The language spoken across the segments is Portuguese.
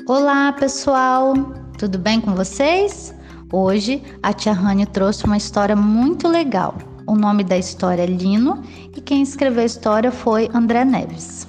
Olá, pessoal! Tudo bem com vocês? Hoje a tia Rani trouxe uma história muito legal. O nome da história é Lino e quem escreveu a história foi André Neves.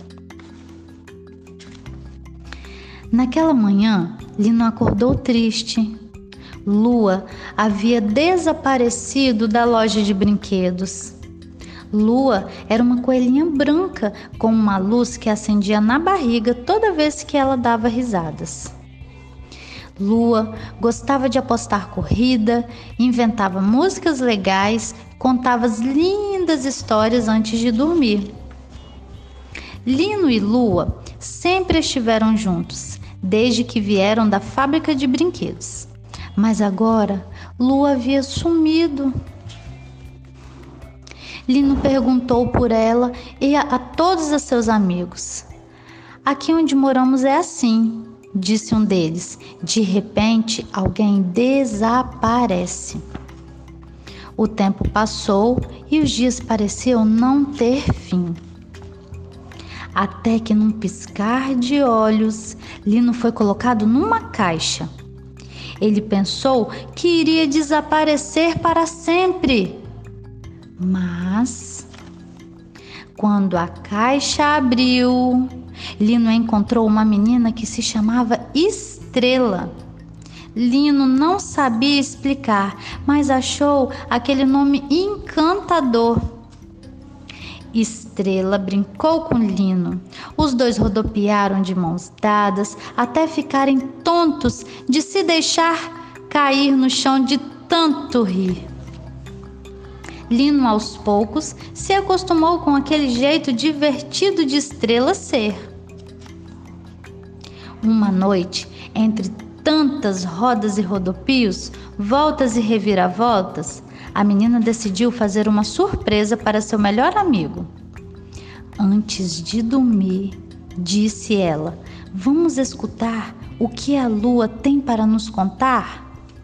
Naquela manhã, Lino acordou triste. Lua havia desaparecido da loja de brinquedos. Lua era uma coelhinha branca com uma luz que acendia na barriga toda vez que ela dava risadas. Lua gostava de apostar corrida, inventava músicas legais, contava as lindas histórias antes de dormir. Lino e Lua sempre estiveram juntos, desde que vieram da fábrica de brinquedos. Mas agora Lua havia sumido. Lino perguntou por ela e a todos os seus amigos. Aqui onde moramos é assim, disse um deles. De repente, alguém desaparece. O tempo passou e os dias pareciam não ter fim. Até que num piscar de olhos, Lino foi colocado numa caixa. Ele pensou que iria desaparecer para sempre. Mas, quando a caixa abriu, Lino encontrou uma menina que se chamava Estrela. Lino não sabia explicar, mas achou aquele nome encantador. Estrela brincou com Lino. Os dois rodopiaram de mãos dadas até ficarem tontos de se deixar cair no chão de tanto rir. Lino, aos poucos, se acostumou com aquele jeito divertido de Estrela ser. Uma noite, entre tantas rodas e rodopios, voltas e reviravoltas, a menina decidiu fazer uma surpresa para seu melhor amigo. Antes de dormir, disse ela, vamos escutar o que a lua tem para nos contar?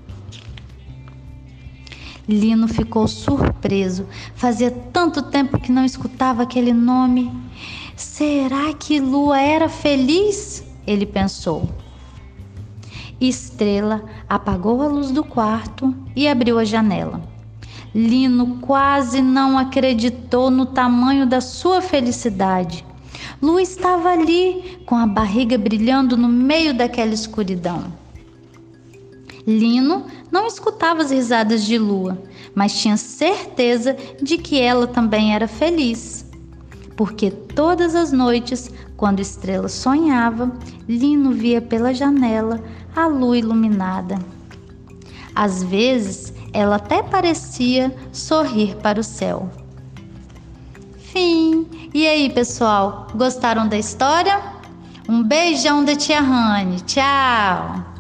Lino ficou surpreso. Fazia tanto tempo que não escutava aquele nome. Será que Lua era feliz? Ele pensou. Estrela apagou a luz do quarto e abriu a janela. Lino quase não acreditou no tamanho da sua felicidade. Lua estava ali, com a barriga brilhando no meio daquela escuridão. Lino não escutava as risadas de Lua, mas tinha certeza de que ela também era feliz. Porque todas as noites, quando Estrela sonhava, Lino via pela janela a lua iluminada. Às vezes, ela até parecia sorrir para o céu. Fim! E aí, pessoal, gostaram da história? Um beijão da tia Rani. Tchau!